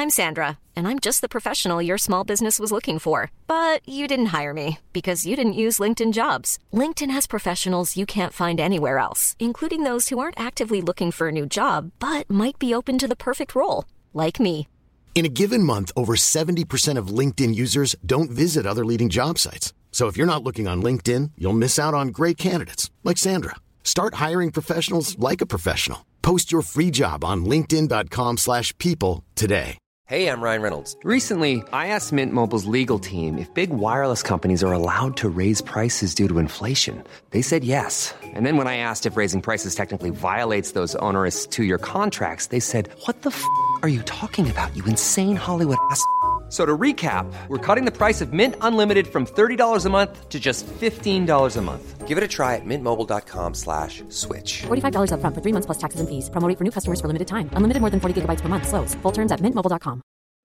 I'm Sandra, and I'm just the professional your small business was looking for. But you didn't hire me because you didn't use LinkedIn Jobs. LinkedIn has professionals you can't find anywhere else, including those who aren't actively looking for a new job, but might be open to the perfect role, like me. In a given month, over 70% of LinkedIn users don't visit other leading job sites. So if you're not looking on LinkedIn, you'll miss out on great candidates like Sandra. Start hiring professionals like a professional. Post your free job on linkedin.com/people today. Hey, I'm Ryan Reynolds. Recently, I asked Mint Mobile's legal team if big wireless companies are allowed to raise prices due to inflation. They said yes. And then when I asked if raising prices technically violates those onerous two-year contracts, they said, "What the f*** are you talking about, you insane Hollywood ass?" So to recap, we're cutting the price of Mint Unlimited from $30 a month to just $15 a month. Give it a try at mintmobile.com/switch. $45 up front for 3 months plus taxes and fees. Promo rate for new customers for limited time. Unlimited more than 40 gigabytes per month. Slows full terms at mintmobile.com.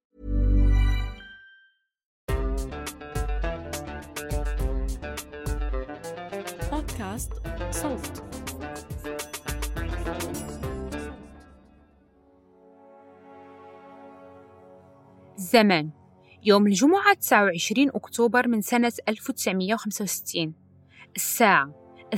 بودكاست صوت. زمن يوم الجمعة 29 أكتوبر من سنة 1965. الساعة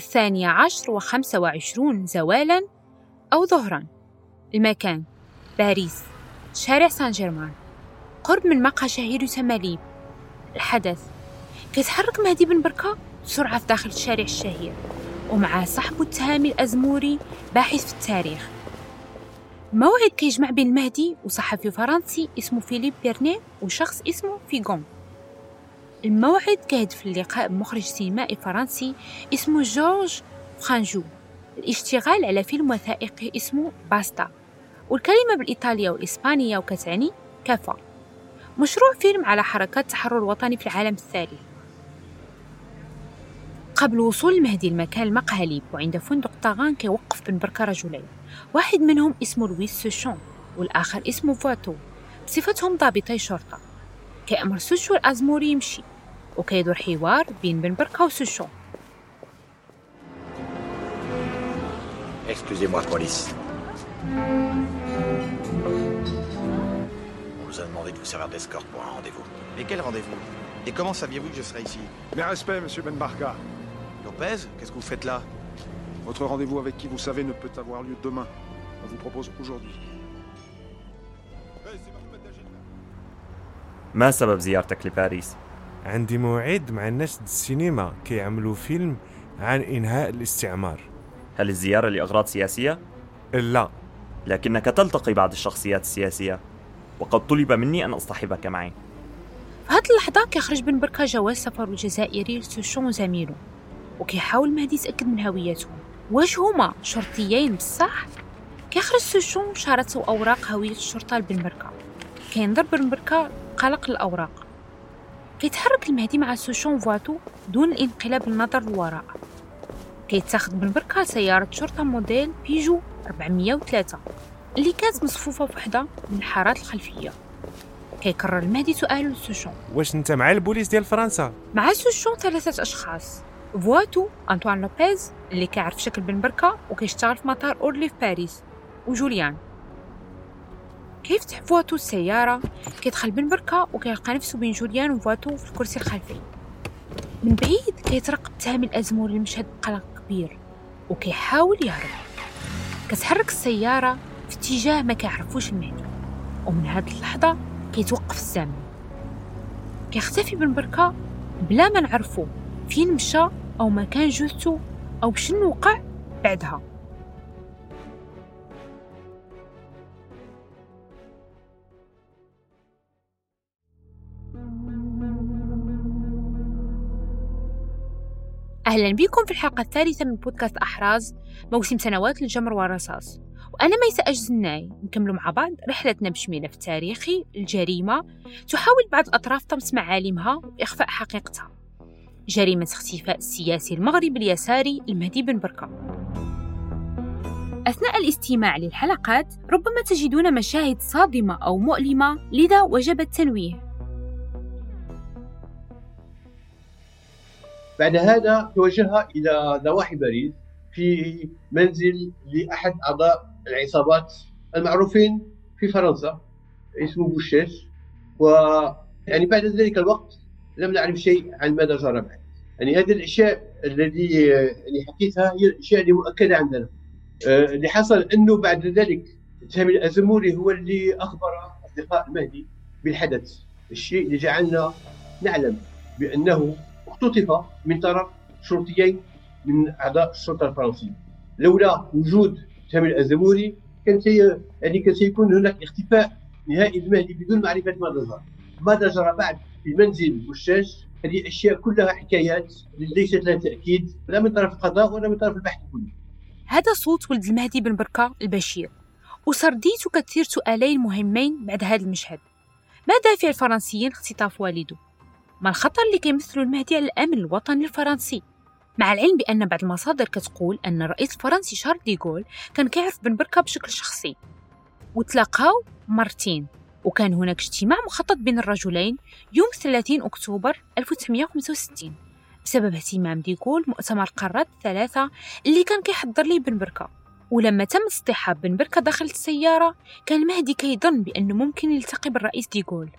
12:25 زوالاً أو ظهراً. المكان باريس، شارع سان جيرمان، قرب من مقهى شهير يسمى ليب. الحدث كيتحرك مهدي بن بركة بسرعة في داخل الشارع الشهير، ومعه صاحبه التهامي الأزموري باحث في التاريخ. موعد كيجمع بين المهدي وصحفي فرنسي اسمه فيليب بيرني وشخص اسمه فيغون. الموعد كيهدف اللقاء بمخرج سينمائي فرنسي اسمه جورج فرانجو، الاشتغال على فيلم وثائقي اسمه باستا، والكلمة بالإيطالية والإسبانية وكتعني كفى، مشروع فيلم على حركات التحرر الوطني في العالم الثالث. قبل وصول المهدي لمكان المقهى ليب وعند فندق طاغان كيوقف بن بركة رجلين، واحد منهم اسمه لويس سوشون والآخر اسمه فواتو، بصفتهم ضابطي شرطة. كأمر سوشو الأزموري يمشي، وكيدور حوار بين بن بركة وسوشون. Excusez-moi, police. On vous a demandé de vous servir d'escorte pour un rendez-vous. Mais quel rendez-vous? Et comment saviez-vous que je serais ici? Mes respects, monsieur Ben Barka. Lopez, qu'est-ce que vous faites là? Votre rendez-vous avec qui vous savez ne peut avoir lieu demain. On vous propose aujourd'hui. ما سبب زيارتك لباريس؟ عندي موعد مع الناس السينما كيعملوا فيلم عن إنهاء الاستعمار. هل الزيارة لأغراض سياسية؟ لا، لكنك تلتقي بعض الشخصيات السياسية، وقد طلب مني أن أصطحبك معي. في هذه اللحظة كيخرج بن بركة جواز سفر الجزائري لسوشون وزميله، وكيحاول مهدي يتأكد من هويتهم، واش هما شرطيين بصح؟ كيخرج سوشون شارة وأوراق هوية الشرطة لبن بركة، كينظر بن بركة قلق الأوراق. كيتحرك المهدي مع سوشون فواتو دون الانقلاب النظر للوراء. كيتاخد بن بركة سيارة شرطة موديل بيجو 403 اللي كانت مصفوفة بوحدة من الحارات الخلفية. كيكرر المهدي سؤاله لسوشون، واش انت مع البوليس ديال فرنسا؟ مع سوشون 3 أشخاص، فواتو أنطوان لوبيز اللي كيعرف شكل بن بركة وكيشتغل في مطار أورلي في باريس، وجوليان. كيفتح فواتو السيارة، كيدخل بن بركة وكيلقى نفسه بين جوليان وفواتو في الكرسي الخلفي. من بعيد كيترقب تهامي الأزمور المشهد بقلق كبير وكيحاول يهرب. كتحرك السيارة في اتجاه ما كيعرفوش المهدي، ومن هذه اللحظة كيتوقف الزمن. كيختفي بن بركة بلا ما نعرفو فين مشى أو مكان جثته أو بشنو وقع بعدها. أهلا بكم في الحلقة الثالثة من بودكاست أحراز، موسم سنوات للجمر والرصاص. وأنا ميسة أجزناي، نكمل مع بعض رحلتنا بش ملف تاريخي الجريمة تحاول بعض الأطراف طمس معالمها وإخفاء حقيقتها. جريمة اختفاء السياسي المغربي اليساري المهدي بن بركة. أثناء الاستماع للحلقات ربما تجدون مشاهد صادمة أو مؤلمة، لذا وجب التنويه. بعد هذا توجه إلى نواحي باريس في منزل لأحد أعضاء العصابات المعروفين في فرنسا اسمه بوشاش. يعني بعد ذلك الوقت لم نعرف شيء عن ماذا جرى بعد. يعني هذه الأشياء الذي يعني حكيتها هي الأشياء اللي مؤكدة عندنا. اللي حصل أنه بعد ذلك تامر الأزموري هو اللي أخبر أصدقاء المهدي بالحدث، الشيء اللي جعلنا نعلم بأنه اختطف من طرف شرطيين من أعضاء الشرطة الفرنسية. لولا وجود تامر الأزموري كان سيكون هناك اختفاء نهائي المهدي بدون معرفة ماذا جرى بعد في منزل بوشاش. هذه أشياء كلها حكايات ليست لها تأكيد لا من طرف القضاء ولا من طرف البحث كله. هذا صوت ولد المهدي بن بركة البشير، وسرديت كثير سؤالين مهمين بعد هذا المشهد. ما دافع الفرنسيين اختطاف والده؟ ما الخطر اللي كيمثله المهدي على الأمن الوطني الفرنسي؟ مع العلم بأن بعض المصادر كتقول أن الرئيس الفرنسي شارل ديغول كان كيعرف بن بركة بشكل شخصي وتلاقاو مرتين، وكان هناك اجتماع مخطط بين الرجلين يوم 30 أكتوبر 1965 بسبب اهتمام ديغول مؤتمر قارات الثلاثة اللي كان كيحضر ليه بن بركة. ولما تم اصطحاب بن بركة داخل السيارة كان المهدي كيظن بأنه ممكن يلتقي بالرئيس ديغول.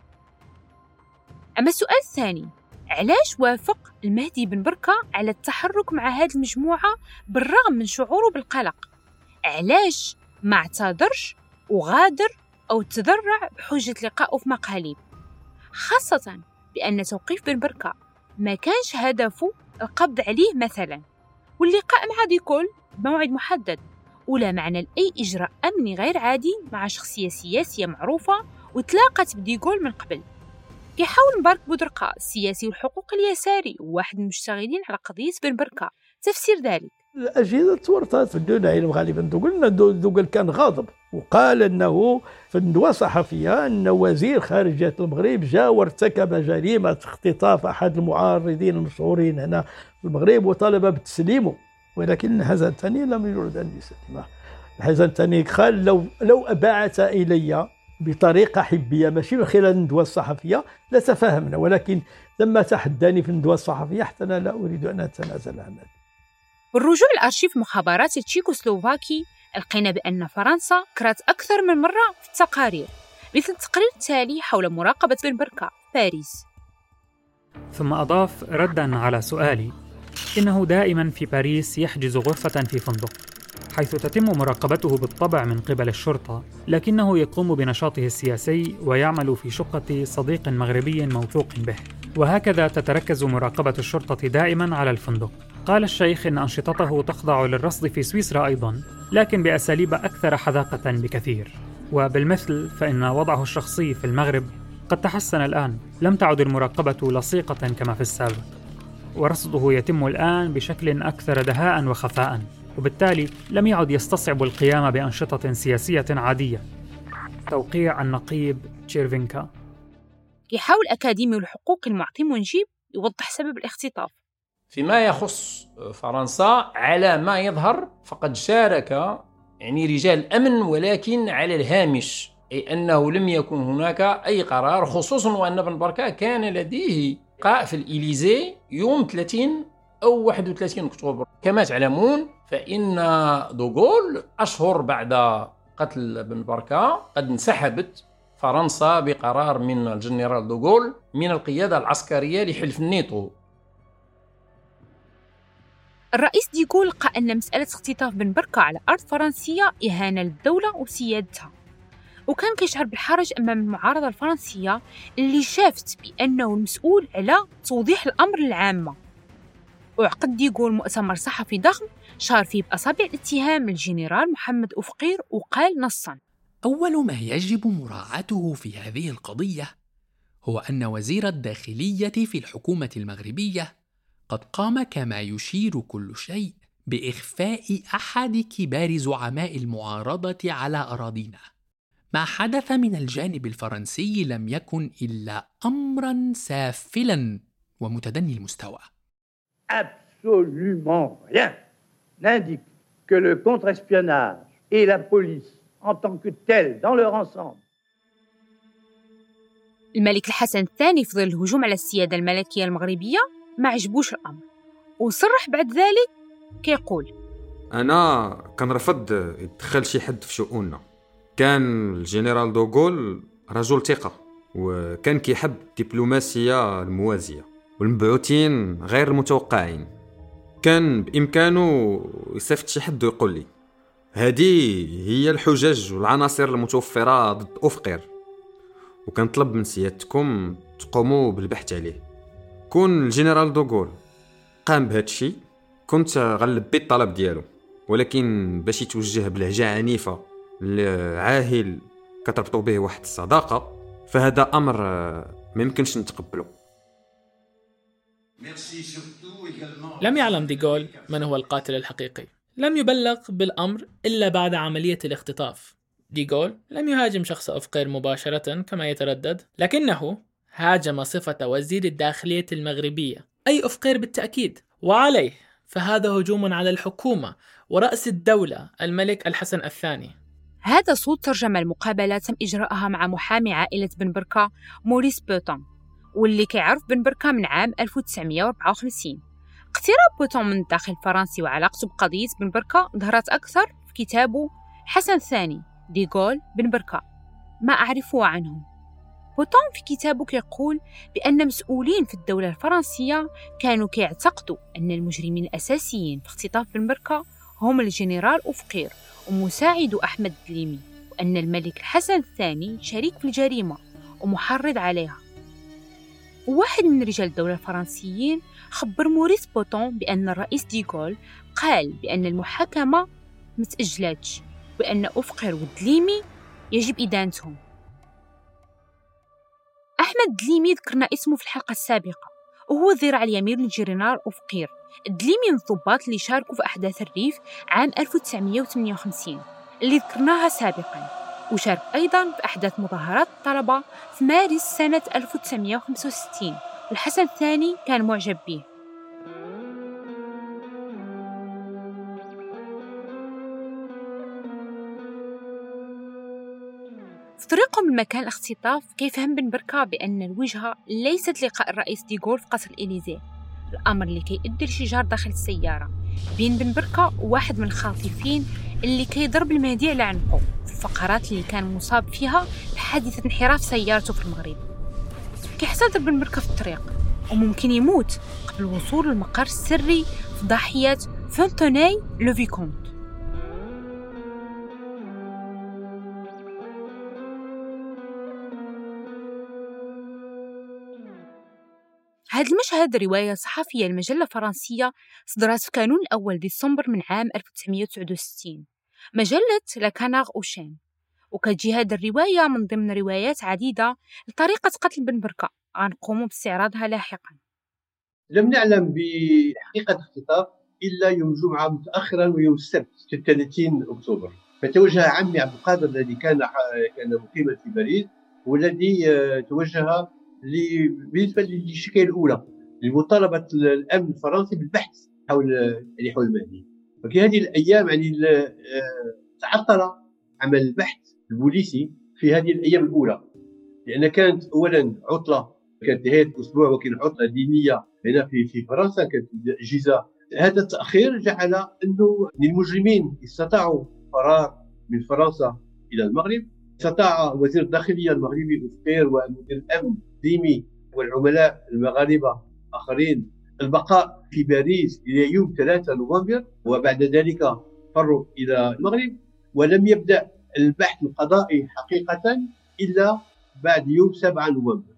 أما السؤال الثاني، علاش وافق المهدي بن بركة على التحرك مع هذه المجموعة بالرغم من شعوره بالقلق؟ علاش ما اعتذرش وغادر أو تذرع بحجة لقائه في مقاليب، خاصة بأن توقيف بن بركة ما كانش هدفه القبض عليه مثلا، واللقاء مع ديغول بموعد محدد ولا معنى لأي إجراء أمني غير عادي مع شخصية سياسية معروفة وتلاقت بديغول من قبل. كيحاول مبارك بودرقة السياسي والحقوق اليساري وواحد من المشتغلين على قضية بن بركة تفسير ذلك. الأجهزة تورطت في الدون علم غالبا دوغل كان غاضب وقال أنه في الندوة الصحفية أن وزير خارجية المغرب جاء وارتكب جريمة اختطاف أحد المعارضين المشهورين هنا في المغرب وطالب بتسليمه، ولكن حسن ثاني لم يرد أن يسلمه. حسن ثاني قال لو أبعث إلي بطريقة حبية ماشي من خلال الندوة الصحفية لتفاهمنا، ولكن لما تحداني في الندوة الصحفية حتى أنا لا أريد أن أتنازل عنها. بالرجوع لأرشيف مخابرات التشيكوسلوفاكي لقينا بأن فرنسا كرات أكثر من مرة في التقارير، مثل التقرير التالي حول مراقبة بن بركة باريس. ثم أضاف رداً على سؤالي: إنه دائماً في باريس يحجز غرفة في فندق، حيث تتم مراقبته بالطبع من قبل الشرطة، لكنه يقوم بنشاطه السياسي ويعمل في شقة صديق مغربي موثوق به، وهكذا تتركز مراقبة الشرطة دائماً على الفندق. قال الشيخ إن أنشطته تخضع للرصد في سويسرا أيضاً، لكن بأساليب أكثر حذاقة بكثير. وبالمثل فإن وضعه الشخصي في المغرب قد تحسن الآن، لم تعد المراقبة لصيقة كما في السابق، ورصده يتم الآن بشكل أكثر دهاء وخفاء، وبالتالي لم يعد يستصعب القيام بأنشطة سياسية عادية. توقيع النقيب تشيرفينكا. يحاول أكاديمي الحقوق المعطي منجيب يوضح سبب الاختطاف. فيما يخص فرنسا على ما يظهر فقد شارك رجال الأمن، ولكن على الهامش، أي أنه لم يكن هناك أي قرار، خصوصا وأن بن بركة كان لديه لقاء في الإليزي يوم 30 أو 31 أكتوبر. كما تعلمون فإن دوغول أشهر بعد قتل بن بركة قد انسحبت فرنسا بقرار من الجنرال دوغول من القيادة العسكرية لحلف الناتو. الرئيس ديغول لقى أن مسألة اختطاف بن بركة على أرض فرنسية إهانة للدولة وسيادتها، وكان كيشعر بالحرج أمام المعارضة الفرنسية اللي شافت بأنه المسؤول على توضيح الأمر للعامة. وعقد ديغول مؤتمر صحفي ضخم شار فيه بأصابع الاتهام الجنرال محمد أفقير، وقال نصاً: أول ما يجب مراعاته في هذه القضية هو أن وزير الداخلية في الحكومة المغربية قد قام كما يشير كل شيء بإخفاء أحد كبار زعماء المعارضة على أراضينا. ما حدث من الجانب الفرنسي لم يكن إلا أمراً سافلاً ومتدني المستوى. Absolument rien n'indique que le contre-espionnage et la police en tant que tels dans leur ensemble. الملك الحسن الثاني في ظل الهجوم على السيادة الملكية المغربية ما عجبوش الأمر، وصرح بعد ذلك كيقول: أنا كنرفض يدخل شي حد في شؤوننا. كان الجنرال دوغول رجل ثقة، وكان كيحب الدبلوماسية الموازية والمبعوثين غير المتوقعين. كان بإمكانه يصيفط شي حد ويقول لي هذه هي الحجج والعناصر المتوفرة ضد أفقر، وكنطلب من سيادتكم تقوموا بالبحث عليه. كون الجنرال دوغول قام بهذا الشيء كنت غنلبي الطلب ديالو، ولكن باش يتوجه بلهجة عنيفة لعاهل كتربطوا به واحد الصداقة، فهذا أمر ما يمكنش نتقبله. لم يعلم ديغول من هو القاتل الحقيقي. لم يبلغ بالأمر إلا بعد عملية الاختطاف. ديغول لم يهاجم شخص أفقر مباشرة كما يتردد، لكنه هاجم صفة وزير الداخلية المغربية، أي أفقر بالتأكيد، وعليه فهذا هجوم على الحكومة ورأس الدولة الملك الحسن الثاني. هذا صوت ترجمة المقابلة تم إجراءها مع محامي عائلة بن بركة موريس بوتون، واللي كيعرف بن بركة من عام 1954. اقتراب بوتون من الداخل الفرنسي وعلاقته بقضية بن بركة ظهرت أكثر في كتابه حسن الثاني ديغول بن بركة ما أعرفه عنه. بوتون في كتابه كيقول بأن مسؤولين في الدولة الفرنسية كانوا كيعتقدوا أن المجرمين الأساسيين في اختطاف بن بركة هم الجنرال أفقير ومساعد أحمد دليمي، وأن الملك الحسن الثاني شريك في الجريمة ومحرض عليها. وواحد من رجال الدولة الفرنسيين خبر موريس بوتون بأن الرئيس ديغول قال بأن المحاكمة متأجلتش، وأن أفقير ودليمي يجب إدانتهم. أحمد دليمي ذكرنا اسمه في الحلقة السابقة، وهو ذراع اليمين للجنرال أفقير. دليمي من الضباط اللي شاركوا في أحداث الريف عام 1958 اللي ذكرناها سابقا، وشارك أيضا في أحداث مظاهرات الطلبة في مارس سنة 1965، والحسن الثاني كان معجب به. في طريقهم لمكان الاختطاف كيفهم بن بركة بأن الوجهة ليست لقاء الرئيس ديغول في قصر الإليزيه، الأمر اللي كيؤدي لشجار داخل السيارة بين بن بركة وواحد من الخاطفين اللي كيضرب المهدي على عنقه في الفقرات اللي كان مصاب فيها بحادثة انحراف سيارته في المغرب. كيحتضر بن بركة في الطريق وممكن يموت قبل الوصول للمقر السري في ضاحية فونتوناي لو فيكونت. هذا المشهد رواية صحفية لمجلة فرنسية صدرت في كانون الأول ديسمبر من عام 1969، مجلة لا كانار أوشين، وكتجي هذه الرواية من ضمن روايات عديدة لطريقة قتل بن بركة غنقوموا باستعراضها لاحقا. لم نعلم بحقيقة الاختطاف إلا يوم الجمعة متأخرا ويوم السبت 30 أكتوبر، فتوجه عمي عبد القادر الذي كان مقيما في باريس، والذي توجه بالنسبة للشكاية الأولى لمطالبة الأمن الفرنسي بالبحث حول المهدي. وفي هذه الأيام تعطل عمل البحث البوليسي في هذه الأيام الأولى، لأن كانت أولا عطلة، كانت نهاية الأسبوع وكان عطلة دينية هنا في فرنسا، كانت جيزة. هذا التأخير جعل أنه المجرمين استطاعوا فرار من فرنسا إلى المغرب. استطاع وزير الداخلية المغربي أفقير ومدير الأمن ديمي والعملاء المغاربة آخرين البقاء في باريس إلى يوم 3 نوفمبر، وبعد ذلك فروا إلى المغرب، ولم يبدأ البحث القضائي حقيقة إلا بعد يوم 7 نوفمبر.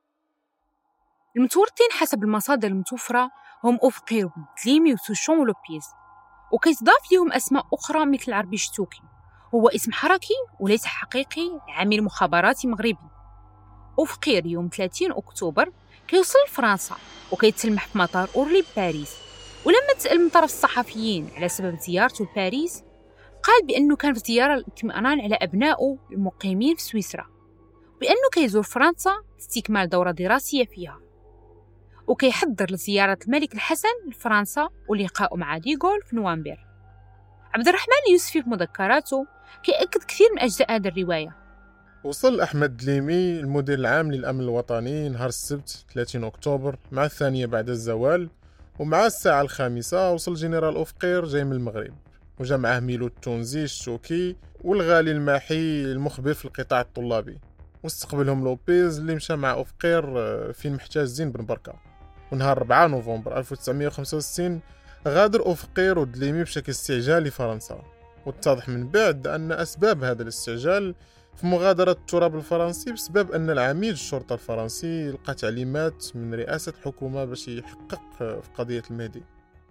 المتورطين حسب المصادر المتوفرة هم أفقير ودليمي وسوشون ولوبيز، وكيتضاف لهم أسماء أخرى مثل عربي شتوكي، هو اسم حركي وليس حقيقي عامل مخابراتي مغربي. أفقير يوم 30 أكتوبر كيوصل لفرنسا وكيتلمح في مطار أورلي بباريس، ولما تسأل من طرف الصحفيين على سبب زيارته لباريس قال بأنه كان في زيارة للاطمئنان على أبنائه المقيمين في سويسرا، بأنه كيزور فرنسا لاستكمال دورة دراسية فيها، وكيحضر لزيارة الملك الحسن لفرنسا ولقائه مع ديغول في نوفمبر. عبد الرحمن اليوسفي في مذكراته كيأكد كثير من أجزاء هذه الرواية. وصل أحمد دليمي المدير العام للأمن الوطني نهار السبت 30 أكتوبر مع 2 بعد الزوال، ومع الساعة 5 وصل جنرال أفقير جاي من المغرب، وجا معه ميلو التونزي الشوكي والغالي الماحي المخبر في القطاع الطلابي. واستقبلهم لوبيز اللي مشى مع أوفقير فين محتاج زين بن بركة. ونهار 4 نوفمبر 1965 غادر أوفقير ودليمي بشكل استعجالي لفرنسا، واتضح من بعد أن أسباب هذا الاستعجال في مغادرة التراب الفرنسي بسبب أن العميد الشرطة الفرنسي لقى تعليمات من رئاسة الحكومة باش يحقق في قضية المهدي.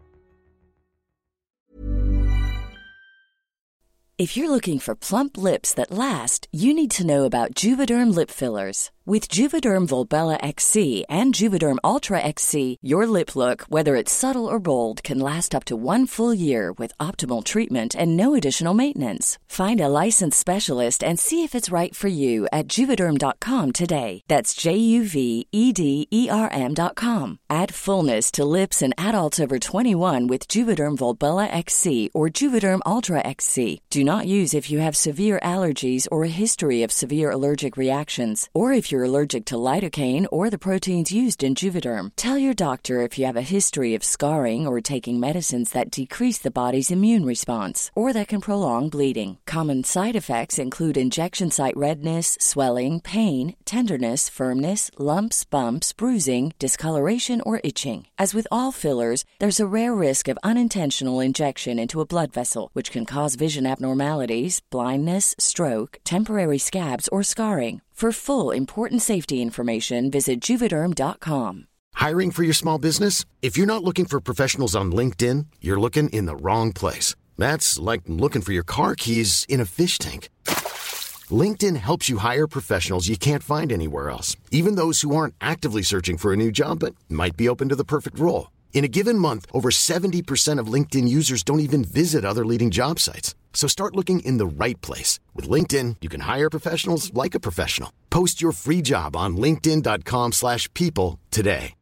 If you're looking for plump lips that last, you need to know about Juvederm lip fillers. With Juvederm Volbella XC and Juvederm Ultra XC, your lip look, whether it's subtle or bold, can last up to 1 full year with optimal treatment and no additional maintenance. Find a licensed specialist and see if it's right for you at Juvederm.com today. That's JUVEDERM.com. Add fullness to lips in adults over 21 with Juvederm Volbella XC or Juvederm Ultra XC. Do not use if you have severe allergies or a history of severe allergic reactions, or if you're allergic to lidocaine or the proteins used in Juvederm. Tell your doctor if you have a history of scarring or taking medicines that decrease the body's immune response or that can prolong bleeding. Common side effects include injection site redness, swelling, pain, tenderness, firmness, lumps, bumps, bruising, discoloration, or itching. As with all fillers, there's a rare risk of unintentional injection into a blood vessel, which can cause vision abnormalities, blindness, stroke, temporary scabs, or scarring. For full, important safety information, visit Juvederm.com. Hiring for your small business? If you're not looking for professionals on LinkedIn, you're looking in the wrong place. That's like looking for your car keys in a fish tank. LinkedIn helps you hire professionals you can't find anywhere else, even those who aren't actively searching for a new job but might be open to the perfect role. In a given month, over 70% of LinkedIn users don't even visit other leading job sites. So start looking in the right place. With LinkedIn, you can hire professionals like a professional. Post your free job on linkedin.com/people today.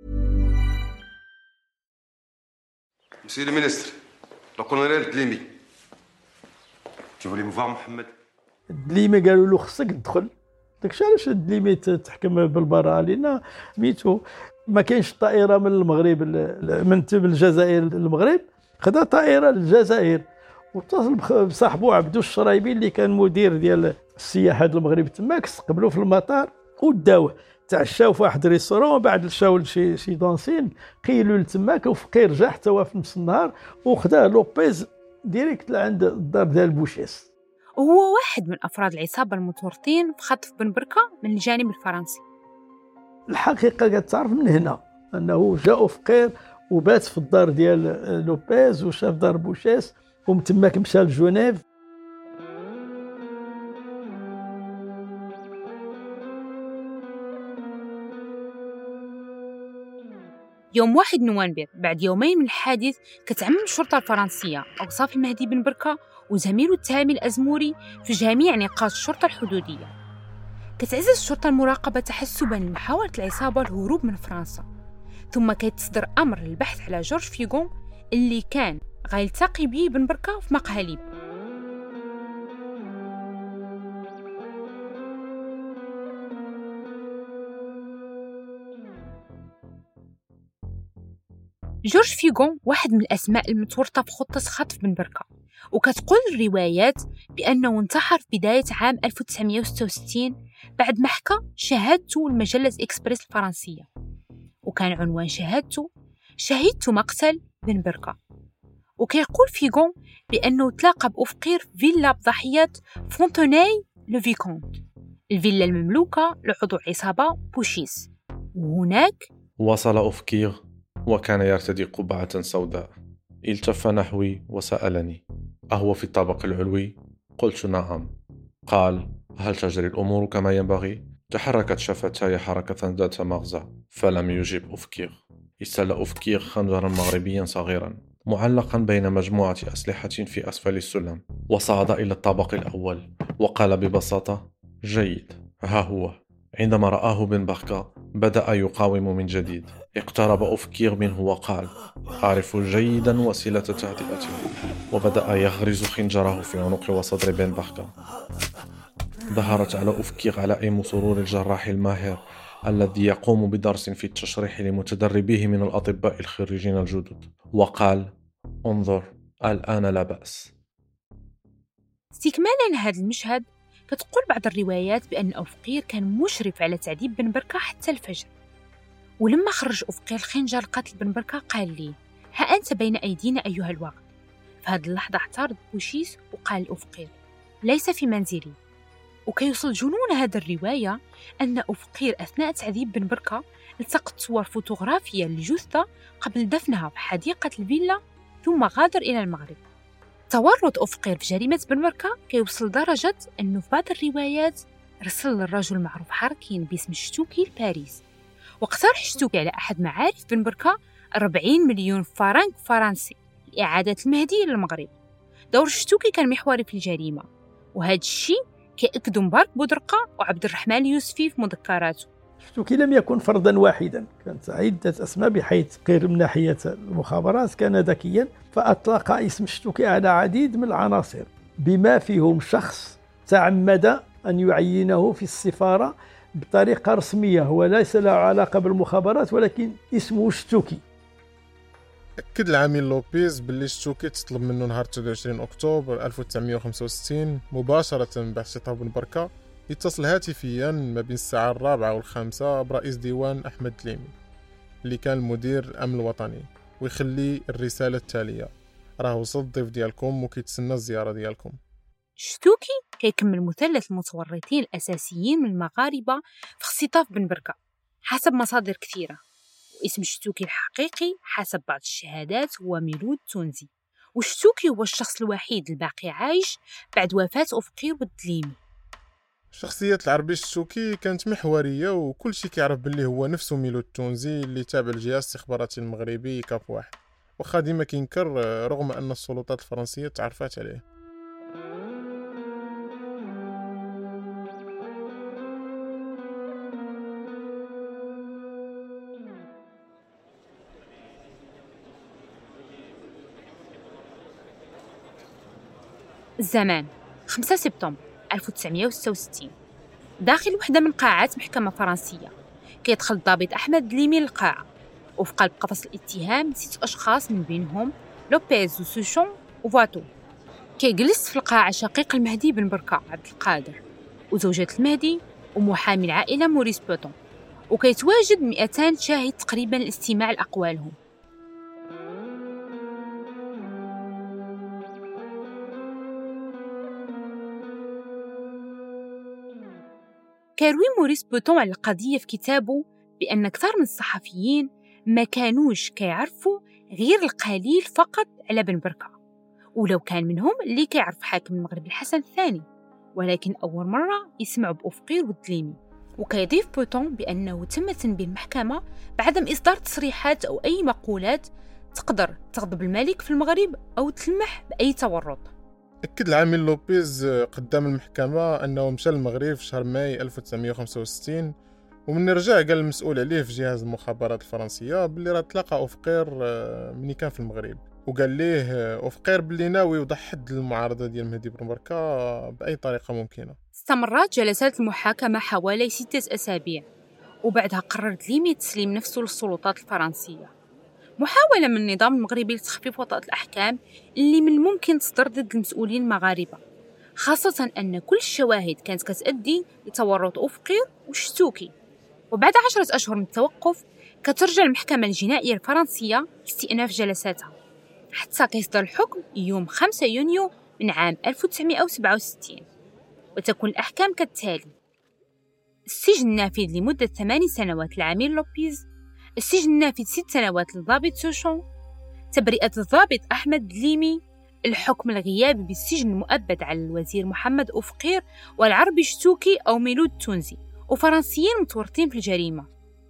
Monsieur le ministre, le colonel Dlimi. Tu voulais me voir, Mohamed? دليمي قالوا له خصك تدخل. داكشي علاش دليمي تحكم بالبراءة، لأن سميتو ما كاينش طائرة من المغرب من الجزائر للمغرب، خدا طائرة للجزائر واتصل بصاحبو عبدو الشرايبي اللي كان مدير ديال السياحة المغرب تماك، استقبلوه في المطار وداوه تعشاو في واحد ريستورون، بعد مشاو لشي دونسين قيلوا لتماك، وفقير رجع حتى هو في نص النهار وخداه لوبيز ديريكت لعند الدار ديال بوشيس. وهو واحد من أفراد العصابة المتورطين في خطف بن بركة من الجانب الفرنسي. الحقيقة كتعرف من هنا أنه جاء فقير وبات في الدار ديال لوبيز وشاف دار بوشيس ومن تماك مشى لجنيف. يوم 1 نوفمبر بعد يومين من الحادث كتعمم الشرطة الفرنسية أوصاف المهدي بن بركة وزميله التامي الأزموري في جميع نقاط الشرطة الحدودية. كتعزز الشرطة المراقبة تحسباً لمحاولة العصابة الهروب من فرنسا، ثم كيتصدر أمر للبحث على جورج فيغون اللي كان غيلتقي به بن بركة في مقهى. جورج فيغون واحد من الأسماء المتورطة في خطة خطف بن بركة، وكتقول الروايات بأنه انتحر في بداية عام 1966 بعد ما حكى شهادته لمجلة إكسبريس الفرنسية، وكان عنوان شهادته شهدت مقتل بن بركة. وكيقول فيغون بأنه تلاقى بأوفقير في فيلا بضحية فونتوناي لو فيكونت، الفيلا المملوكة لعضو عصابة بوشيس. وهناك وصل أوفقير وكان يرتدي قبعة سوداء. التف نحوي وسألني: أهو في الطابق العلوي؟ قلت نعم. قال: هل تجري الأمور كما ينبغي؟ تحركت شفتاي حركة ذات مغزى فلم يجب أوفقير. استل أوفقير خنجرا مغربيا صغيرا معلقا بين مجموعة أسلحة في أسفل السلم، وصعد إلى الطابق الأول وقال ببساطة: جيد، ها هو. عندما رآه بن بركة بدأ يقاوم من جديد. اقترب أوفقير منه وقال: أعرف جيدا وسيلة تهدئته، وبدأ يغرز خنجره في عنق وصدر بن بركة. ظهرت على أوفقير علائم سرور الجراح الماهر الذي يقوم بدرس في التشريح لمتدربيه من الأطباء الخريجين الجدد، وقال: انظر، الآن لا بأس. استكمالا لهذا المشهد كتقول بعض الروايات بأن أوفقير كان مشرف على تعذيب بن بركة حتى الفجر. ولما خرج أوفقير الخنجر لقتل بن بركة قال لي: ها أنت بين أيدينا أيها الوغد. في هذه اللحظة اعترض بوشيس وقال لأوفقير: ليس في منزلي. وكيوصل جنون هذا الرواية أن أوفقير أثناء تعذيب بن بركة التقط صور فوتوغرافية للجثة قبل دفنها في حديقة الفيلا ثم غادر إلى المغرب. تورط أوفقير في جريمة بن بركة كيوصل لدرجة أنه في بعض الروايات رسل للرجل معروف حركي باسم شتوكي لباريس، واقترح شتوكي على أحد معارف بن بركة 40 مليون فرنك فرنسي لإعادة المهدي للمغرب. دور شتوكي كان محوري في الجريمة، وهذا الشيء كيأكدوا مبارك بودرقة وعبد الرحمن اليوسفي في مذكراته. شتوكي لم يكن فردا واحدا، كانت عدة أسماء، بحيث قير من ناحية المخابرات كان ذكيا فأطلق اسم شتوكي على عديد من العناصر، بما فيهم شخص تعمد أن يعينه في السفارة بطريقة رسمية وليس له علاقة بالمخابرات، ولكن اسمه شتوكي. أكد العميل لوبيز باللي شتوكي تطلب منه نهار 29 أكتوبر 1965 مباشرة بعد اختطاف بن بركة يتصل هاتفيا ما بين الساعة 4 و5 برئيس ديوان أحمد دليمي اللي كان المدير الأمن الوطني، ويخلي الرسالة التالية: راه وصل الضيف ديالكم وكيتسنى الزيارة ديالكم. شتوكي كيكمل مثلث المتورطين الأساسيين من المغاربة في اختطاف بن بركة حسب مصادر كثيرة. واسم شتوكي الحقيقي حسب بعض الشهادات هو ميلود تونزي، وشتوكي هو الشخص الوحيد الباقي عايش بعد وفاة أوفقير والدليمي. شخصية العربي شتوكي كانت محورية، وكل شيء كيعرف باللي هو نفسه ميلود تونزي اللي تابع الجهاز الاستخباراتي المغربي كاب واحد، وخا ديما كينكر رغم أن السلطات الفرنسية تعرفات عليه. الزمان 5 سبتمبر 1966. داخل وحدة من قاعات محكمة فرنسية كيدخل الضابط أحمد دليمي للقاعة، وفي قلب قفص الاتهام 6 أشخاص من بينهم لوبيز وسوشون وفاتو. كيجلس في القاعة شقيق المهدي بن بركة عبد القادر وزوجة المهدي ومحامي العائلة موريس بوتون، وكيتواجد 200 شاهد تقريبا لاستماع لأقوالهم. كيروي موريس بوتون على القضية في كتابه بأن كثير من الصحفيين ما كانوش كيعرفوا غير القليل فقط على بن بركة، ولو كان منهم اللي كيعرف حاكم المغرب الحسن الثاني، ولكن أول مرة يسمعوا بأوفقير والدليمي. وكيضيف بوتون بأنه تم تنبيه المحكمة بعدم إصدار تصريحات أو أي مقولات تقدر تغضب الملك في المغرب أو تلمح بأي تورط. أكد العامل لوبيز قدام المحكمة أنه مشى للمغرب في شهر ماي 1965، ومن رجع قال المسؤول عليه في جهاز المخابرات الفرنسية باللي راه تلاقى أوفقير مني كان في المغرب، وقال ليه أوفقير باللي ناوي يوضع حد للمعارضة ديال مهدي بن بركة بأي طريقة ممكنة. استمرت جلسات المحاكمة حوالي 6 أسابيع، وبعدها قرر دليمي تسليم نفسه للسلطات الفرنسية، محاولة من النظام المغربي لتخفيف وطأة الأحكام اللي من الممكن تصدر ضد المسؤولين المغاربة، خاصة أن كل الشواهد كانت كتأدي لتورط أوفقير وشتوكي. وبعد 10 أشهر من التوقف كترجع المحكمة الجنائية الفرنسية لاستئناف جلساتها، حتى كيصدر الحكم يوم 5 يونيو من عام 1967، وتكون الأحكام كالتالي: السجن النافذ لمدة 8 سنوات للعميل لوبيز، السجن النافذ 6 سنوات للضابط سوشون، تبرئة الضابط أحمد دليمي، الحكم الغيابي بالسجن المؤبد على الوزير محمد أوفقير والعربي شتوكي أو ميلود تونزي وفرنسيين متورطين في الجريمة.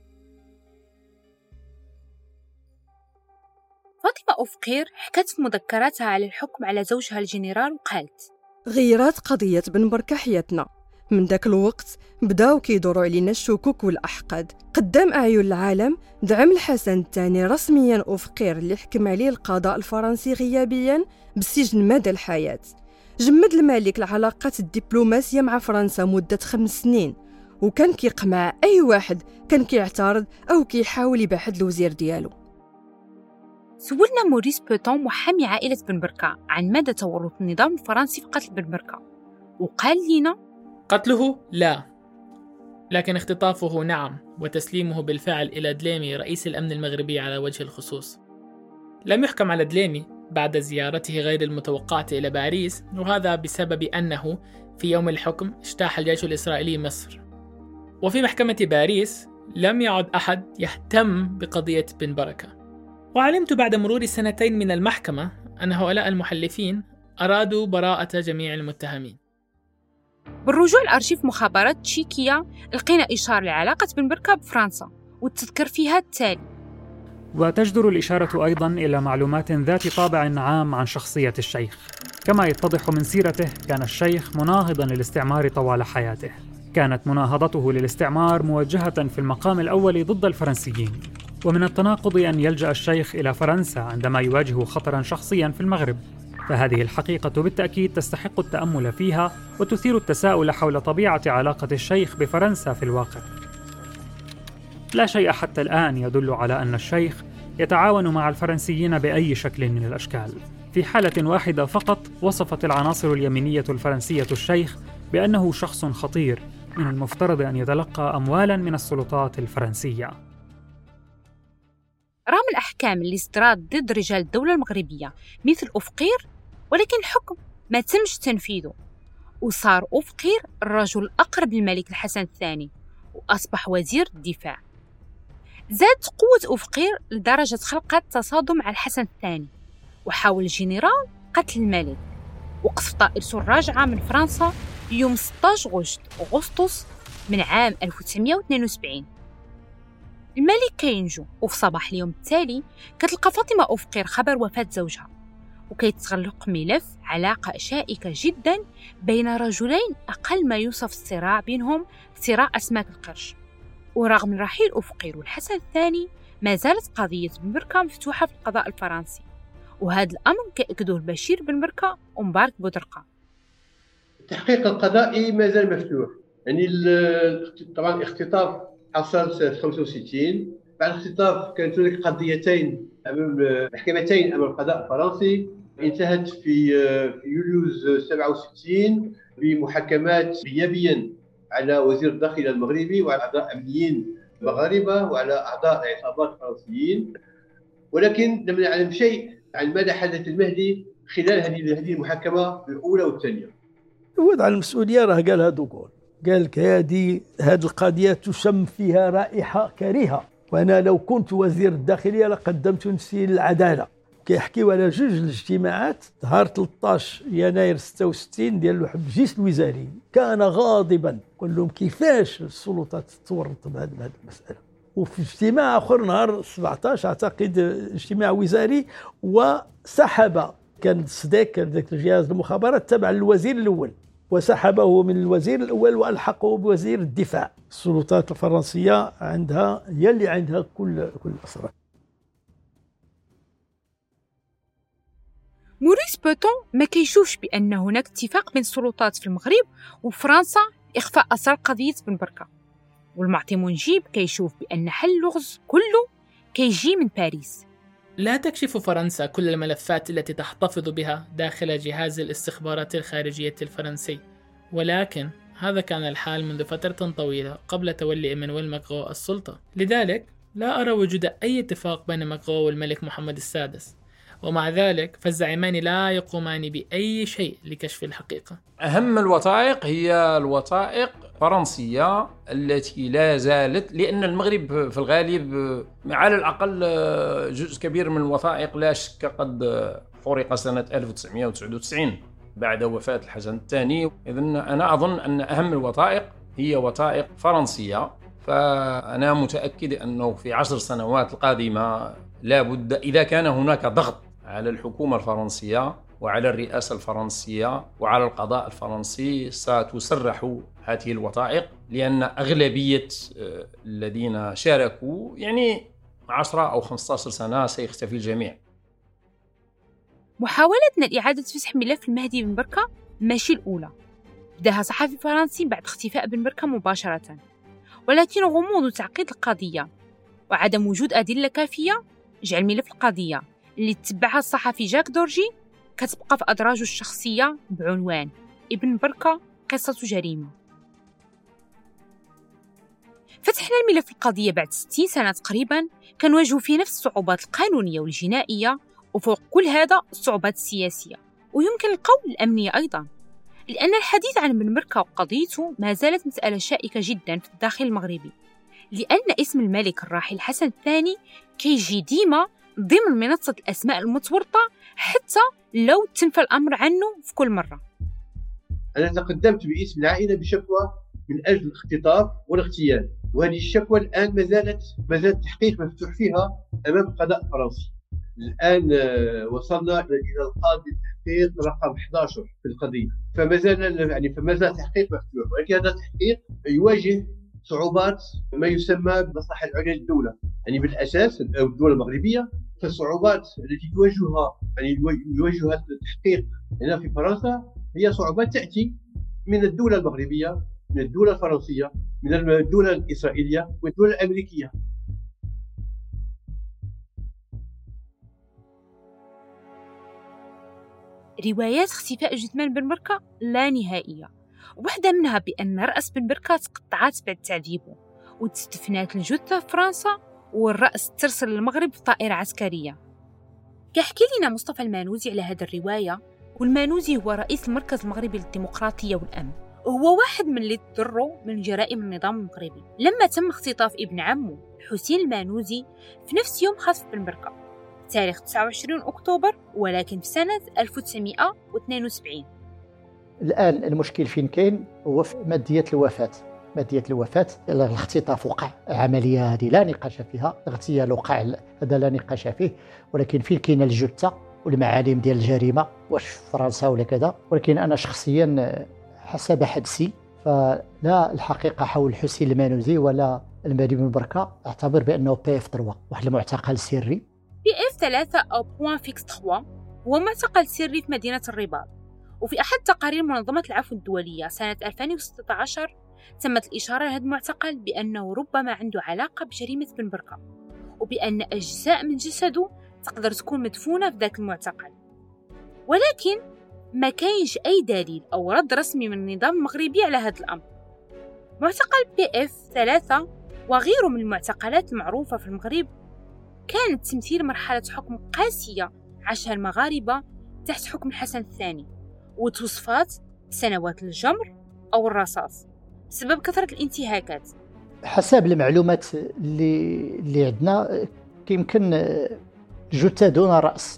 فاطمة أوفقير حكت في مذكراتها على الحكم على زوجها الجنرال وقالت: غيرات قضية بن بركة حياتنا. من ذاك الوقت بداو كيدوروا علينا الشكوك والأحقاد قدام أعين العالم. دعم الحسن الثاني رسميا أوفقير اللي حكم عليه القضاء الفرنسي غيابيا بالسجن مدى الحياة. جمد الملك العلاقات الدبلوماسية مع فرنسا مدة 5 سنين، وكان كيقمع أي واحد كان كيعترض أو كيحاول يبعد الوزير ديالو. سولنا موريس بوتون محامي عائلة بن بركة عن مدى تورط النظام الفرنسي في قتل بن بركة، وقال لنا: قتله لا، لكن اختطافه نعم، وتسليمه بالفعل إلى دليمي رئيس الأمن المغربي على وجه الخصوص. لم يحكم على دليمي بعد زيارته غير المتوقعة إلى باريس، وهذا بسبب أنه في يوم الحكم اجتاح الجيش الإسرائيلي مصر. وفي محكمة باريس لم يعد أحد يهتم بقضية بن بركة. وعلمت بعد مرور 2 من المحكمة أن هؤلاء المحلفين أرادوا براءة جميع المتهمين. بالرجوع لأرشيف مخابرات تشيكية لقينا إشارة لعلاقة بن بركة بفرنسا، والتذكر فيها التالي. وتجدر الإشارة أيضاً إلى معلومات ذات طابع عام عن شخصية الشيخ. كما يتضح من سيرته، كان الشيخ مناهضاً للاستعمار طوال حياته. كانت مناهضته للاستعمار موجهة في المقام الأول ضد الفرنسيين، ومن التناقض أن يلجأ الشيخ إلى فرنسا عندما يواجه خطراً شخصياً في المغرب. فهذه الحقيقة بالتأكيد تستحق التأمل فيها، وتثير التساؤل حول طبيعة علاقة الشيخ بفرنسا في الواقع. لا شيء حتى الآن يدل على أن الشيخ يتعاون مع الفرنسيين بأي شكل من الأشكال. في حالة واحدة فقط وصفت العناصر اليمينية الفرنسية الشيخ بأنه شخص خطير من المفترض أن يتلقى أموالاً من السلطات الفرنسية. رغم الأحكام اللي صدرت ضد رجال الدولة المغربية مثل أفقير، ولكن الحكم ما تمش تنفيذه، وصار أفقير الرجل الأقرب للملك الحسن الثاني، وأصبح وزير الدفاع. زادت قوة أفقير لدرجة خلقت تصادم مع الحسن الثاني، وحاول الجنرال قتل الملك. وقف طائرته الراجعة من فرنسا يوم 16 أغسطس من عام 1972. الملك كينجو، وفي صباح اليوم التالي كتلقى فاطمة أفقير خبر وفاة زوجها، وكيتغلق ملف علاقة شائكة جدا بين رجلين أقل ما يوصف الصراع بينهم صراع أسماك القرش. ورغم رحيل أفقير والحسن الثاني، ما زالت قضية بن بركة مفتوحة في القضاء الفرنسي، وهذا الأمر كأكدوه بشير بن بركة ومبارك بودرقة. التحقيق القضائي ما زال مفتوح. يعني طبعا الاختطاف حصل سنة 65. بعد الاختطاف كانت هناك قضيتين أمام محكمتين أمام القضاء الفرنسي، انتهت في يوليو 67 بمحاكمات غيابيا على وزير الداخلية المغربي وعلى أعضاء أمنيين مغاربة وعلى أعضاء عصابات فرنسيين. ولكن لم نعلم شيء عن ماذا حدث المهدي خلال هذه المحاكمة الأولى والثانية. وضع المسؤولية راه قالها دوغول، قال لك هذه القضية تشم فيها رائحة كريهة، وأنا لو كنت وزير الداخلية لقدمت نفسي للعدالة. كيحكيو على 2 الاجتماعات نهار 13 يناير 66 ديال المجلس الوزاري، كان غاضبا، قال لهم كيفاش السلطات تورط بهذه المسألة. وفي اجتماع آخر نهار 17 أعتقد اجتماع وزاري، وسحب كان صديق ذاك الجهاز المخابرات تبع للوزير الأول، وسحبه من الوزير الأول وألحقه بوزير الدفاع. السلطات الفرنسية عندها هي اللي عندها كل الأسرار. موريس بوتون ما كيشوفش بأن هناك اتفاق بين السلطات في المغرب وفرنسا إخفاء أسرار قضية بن بركة، والمعطي منجيب كيشوف بأن حل اللغز كله كيجي من باريس. لا تكشف فرنسا كل الملفات التي تحتفظ بها داخل جهاز الاستخبارات الخارجية الفرنسي، ولكن هذا كان الحال منذ فترة طويلة قبل تولي إيمانويل ماكرون السلطة. لذلك لا أرى وجود أي اتفاق بين ماكرون والملك محمد السادس، ومع ذلك فالزعيمان لا يقومان بأي شيء لكشف الحقيقة. أهم الوثائق هي الوثائق الفرنسية التي لا زالت، لأن المغرب في الغالب على الأقل جزء كبير من الوثائق لا شك قد حرق سنة 1999 بعد وفاة الحسن الثاني. إذن أنا أظن أن أهم الوثائق هي وثائق فرنسية، فأنا متأكد أنه في 10 سنوات القادمة لا بد، إذا كان هناك ضغط على الحكومة الفرنسية وعلى الرئاسة الفرنسية وعلى القضاء الفرنسي، ستسرح هذه الوثائق، لأن أغلبية الذين شاركوا يعني 10 أو 15 سنة سيختفي الجميع. محاولتنا لإعادة فتح ملف المهدي بن بركة ماشي الأولى، بداها صحفي فرنسي بعد اختفاء بن بركة مباشرة، ولكن غموض وتعقيد القضية وعدم وجود أدلة كافية جعل ملف القضية اللي تبعها الصحفي جاك دورجي كتبقى في أدراجه الشخصية بعنوان ابن بركة قصة جريمة. فتحنا الملف القضية بعد 60 سنة تقريباً كنواجهوا فيه نفس الصعوبات القانونية والجنائية، وفوق كل هذا الصعوبات السياسية، ويمكن القول الأمنية أيضاً، لأن الحديث عن بن بركة وقضيته ما زالت مسألة شائكة جداً في الداخل المغربي، لأن اسم الملك الراحل حسن الثاني كيجي ديما ضمن منصة الأسماء المتورطة حتى لو تنفى الأمر عنه في كل مرة. أنا تقدمت باسم العائلة بشكوى من أجل الاختطاف والاغتيال، وهذه الشكوى الآن ما زالت التحقيق مفتوح فيها أمام القضاء الفرنسي. الآن وصلنا إلى القاضي التحقيق رقم 11 في القضية، فما زال التحقيق مفتوح، ولكن هذا التحقيق يواجه صعوبات ما يسمى بالمصلحة العليا للدولة، يعني بالأساس الدولة المغربية. فالصعوبات التي يواجهها التحقيق هنا في فرنسا هي صعوبات تأتي من الدولة المغربية، من الدولة الفرنسية، من الدولة الإسرائيلية والدولة الأمريكية. روايات اختفاء جثمان بن بركة لا نهائية، وواحدة منها بأن رأس بن بركة تقطعات بعد تعذيبه وتستفنات الجثة في فرنسا، والرأس ترسل للمغرب في طائرة عسكرية. كيحكي لنا مصطفى المانوزي على هذه الرواية، والمانوزي هو رئيس المركز المغربي للديمقراطية والأمن، وهو واحد من اللي تضروا من جرائم النظام المغربي لما تم اختطاف ابن عمه حسين المانوزي في نفس يوم خطف بن بركة تاريخ 29 أكتوبر، ولكن في سنة 1972. الآن المشكل فين كاين هو في مادية الوفاة. الاختطاف وقع، عملية هذه لا نقاش فيها، اغتيال وقع، هذا لا نقاش فيه، ولكن فين كاين الجثة والمعالم ديال الجريمة، واش في فرنسا ولا كذا. ولكن أنا شخصيا حسب حدسي فلا الحقيقة حول حسين المانوزي ولا المهدي بن بركة أعتبر بأنه PF3 واحد المعتقل سري. PF3 أو بوان فيكس 3 هو معتقل سري في مدينة الرباط، وفي أحد تقارير منظمة العفو الدولية سنة 2016 تمت الإشارة لهذا المعتقل بأنه ربما عنده علاقة بجريمة بن بركة، وبأن أجزاء من جسده تقدر تكون مدفونة في ذاك المعتقل. ولكن ما كاينش أي دليل أو رد رسمي من النظام المغربي على هذا الأمر. معتقل PF3 وغيره من المعتقلات المعروفة في المغرب كانت تمثيل مرحلة حكم قاسية عاشها المغاربة تحت حكم الحسن الثاني، وتوصفات سنوات الجمر أو الرصاص بسبب كثرة الانتهاكات. حسب المعلومات اللي عندنا يمكن جثة دون رأس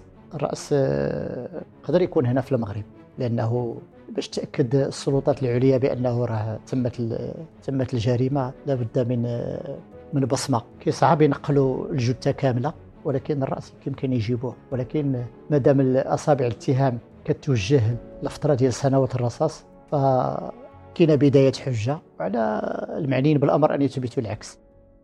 قدر يكون هنا في المغرب، لأنه باش تأكد السلطات العليا بأنه راه تمت الجريمة لابد من بصمة. صعب ينقلوا الجثة كاملة، ولكن الرأس يمكن يجيبوه. ولكن مادام الأصابع الاتهام كتوجه لفترة ديال سنوات الرصاص، فكاين بداية حجة على المعنيين بالأمر أن يثبتوا العكس.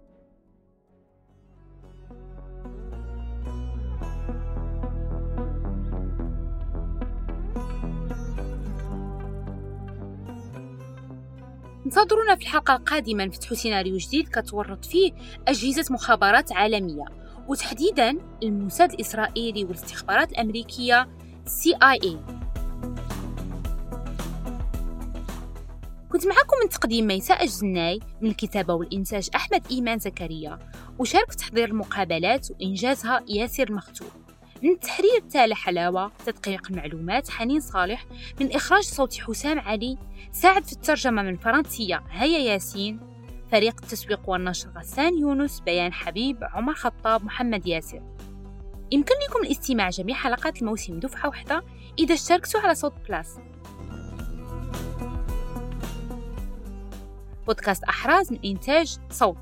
انتظرونا في الحلقة القادمة نفتحوا سيناريو جديد كتورط فيه أجهزة مخابرات عالمية، وتحديداً الموساد الإسرائيلي والاستخبارات الأمريكية CIA. كنت معكم من تقديم ميساء الجناي، من الكتابة والإنتاج أحمد إيمان زكريا، وشارك في تحضير المقابلات وإنجازها ياسر المختوم، من التحرير تالة حلاوة، تدقيق المعلومات حنين صالح، من إخراج صوت حسام علي، ساعد في الترجمة من فرنسية هيا ياسين، فريق التسويق والنشر غسان يونس، بيان حبيب، عمر خطاب، محمد ياسر. يمكن لكم الاستماع جميع حلقات الموسم دفعة واحدة إذا اشتركتوا على صوت بلاس. بودكاست أحراز من إنتاج صوت.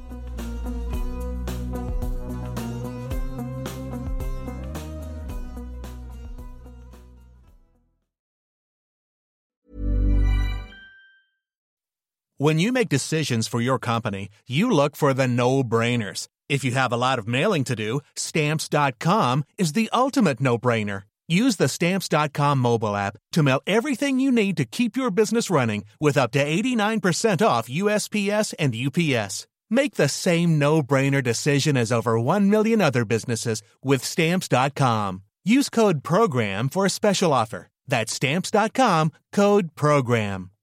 When you make decisions for your company, you look for the no-brainers. If you have a lot of mailing to do, Stamps.com is the ultimate no-brainer. Use the Stamps.com mobile app to mail everything you need to keep your business running with up to 89% off USPS and UPS. Make the same no-brainer decision as over 1 million other businesses with Stamps.com. Use code PROGRAM for a special offer. That's Stamps.com, code PROGRAM.